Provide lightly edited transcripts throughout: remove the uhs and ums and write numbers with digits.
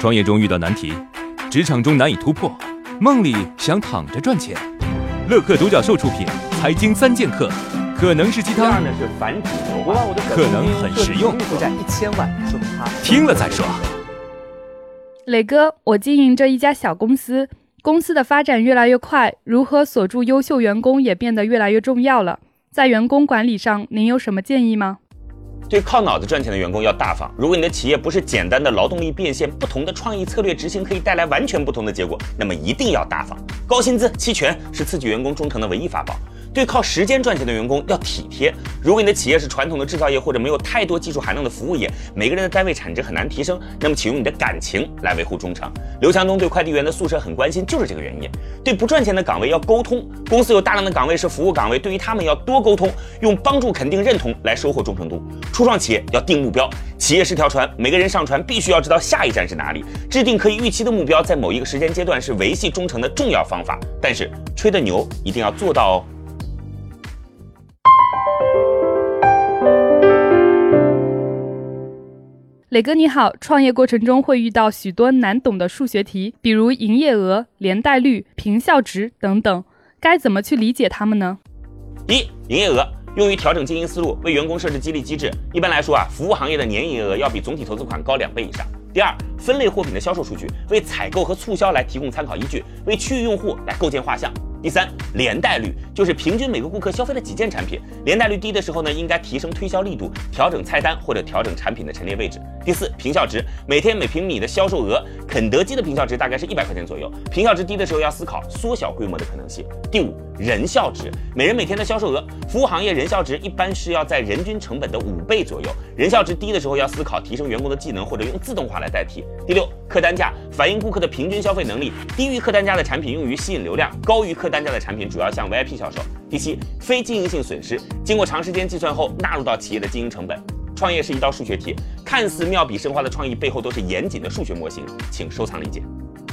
创业中遇到难题，职场中难以突破，梦里想躺着赚钱。乐客独角兽出品，财经3剑客，可能是鸡汤， 是繁殖可能很实用， 负债1000万， 听了再说。 磊哥，我经营着一家小公司，公司的发展越来越快，如何锁住优秀员工也变得越来越重要了。在员工管理上，您有什么建议吗？ 对靠脑子赚钱的员工要大方。如果你的企业不是简单的劳动力变现，不同的创意策略执行可以带来完全不同的结果，那么一定要大方。高薪资、期权是刺激员工忠诚的唯一法宝。对靠时间赚钱的员工要体贴。如果你的企业是传统的制造业或者没有太多技术含量的服务业，每个人的单位产值很难提升，那么请用你的感情来维护忠诚。刘强东对快递员的宿舍很关心，就是这个原因。对不赚钱的岗位要沟通，公司有大量的岗位是服务岗位，对于他们要多沟通，用帮助、肯定、认同来收获忠诚度。初创企业要定目标，企业是条船，每个人上船必须要知道下一站是哪里，制定可以预期的目标，在某一个时间阶段是维系忠诚的重要方法。但是吹的牛一定要做到哦。 磊哥你好，创业过程中会遇到许多难懂的数学题，比如营业额、连带率、平效值等等，该怎么去理解它们呢？ 1. 营业额用于调整经营思路，为员工设置激励机制。一般来说服务行业的年营业额要比总体投资款高2倍以上。第2，分类货品的销售数据，为采购和促销来提供参考依据，为区域用户来构建画像。第3，连带率就是平均每个顾客消费了几件产品，连带率低的时候呢，应该提升推销力度，调整菜单或者调整产品的陈列位置。第4，平效值，每天每平米的销售额，肯德基的平效值大概是100块钱左右，平效值低的时候要思考缩小规模的可能性。第5，人效值，每人每天的销售额，服务行业人效值一般是要在人均成本的5倍左右，人效值低的时候要思考提升员工的技能或者用自动化来代替。第6，客单价，反映顾客的平均消费能力，低于客单价的产品用于吸引流量，高于客单价的产品主要向 VIP 销售。第7，非经营性损失，经过长时间计算后纳入到企业的经营成本。创业是一道数学题，看似妙笔生花的创意背后都是严谨的数学模型，请收藏理解。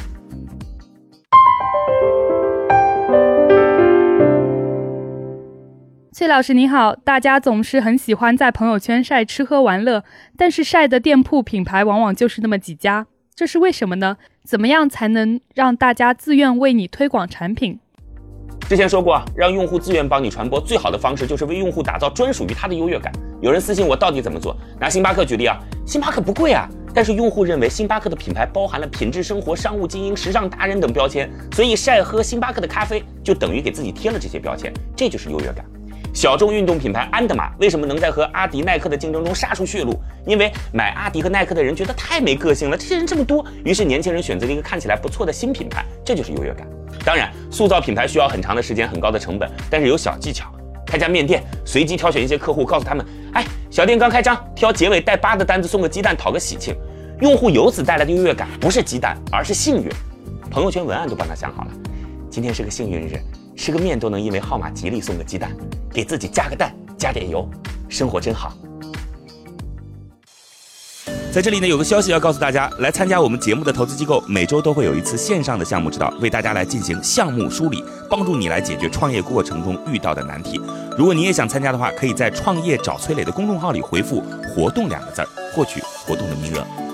崔老师你好，大家总是很喜欢在朋友圈晒吃喝玩乐，但是晒的店铺品牌往往就是那么几家，这是为什么呢？怎么样才能让大家自愿为你推广产品？ 之前说过让用户自愿帮你传播，最好的方式就是为用户打造专属于他的优越感。有人私信我到底怎么做？拿星巴克举例星巴克不贵但是用户认为星巴克的品牌包含了品质生活、商务精英、时尚达人等标签，所以晒喝星巴克的咖啡就等于给自己贴了这些标签，这就是优越感。小众运动品牌安德玛为什么能在和阿迪、耐克的竞争中杀出血路？因为买阿迪和耐克的人觉得太没个性了，这些人这么多，于是年轻人选择了一个看起来不错的新品牌，这就是优越感。当然，塑造品牌需要很长的时间、很高的成本，但是有小技巧。开家面店，随机挑选一些客户，告诉他们，小店刚开张，挑结尾带8的单子送个鸡蛋，讨个喜庆。用户由此带来的优越感不是鸡蛋，而是幸运。朋友圈文案都帮他想好了，今天是个幸运日，吃个面都能因为号码吉利送个鸡蛋，给自己加个蛋，加点油，生活真好。在这里呢，有个消息要告诉大家，来参加我们节目的投资机构每周都会有一次线上的项目指导，为大家来进行项目梳理，帮助你来解决创业过程中遇到的难题。如果你也想参加的话，可以在创业找崔磊的公众号里回复活动2个字，获取活动的名额。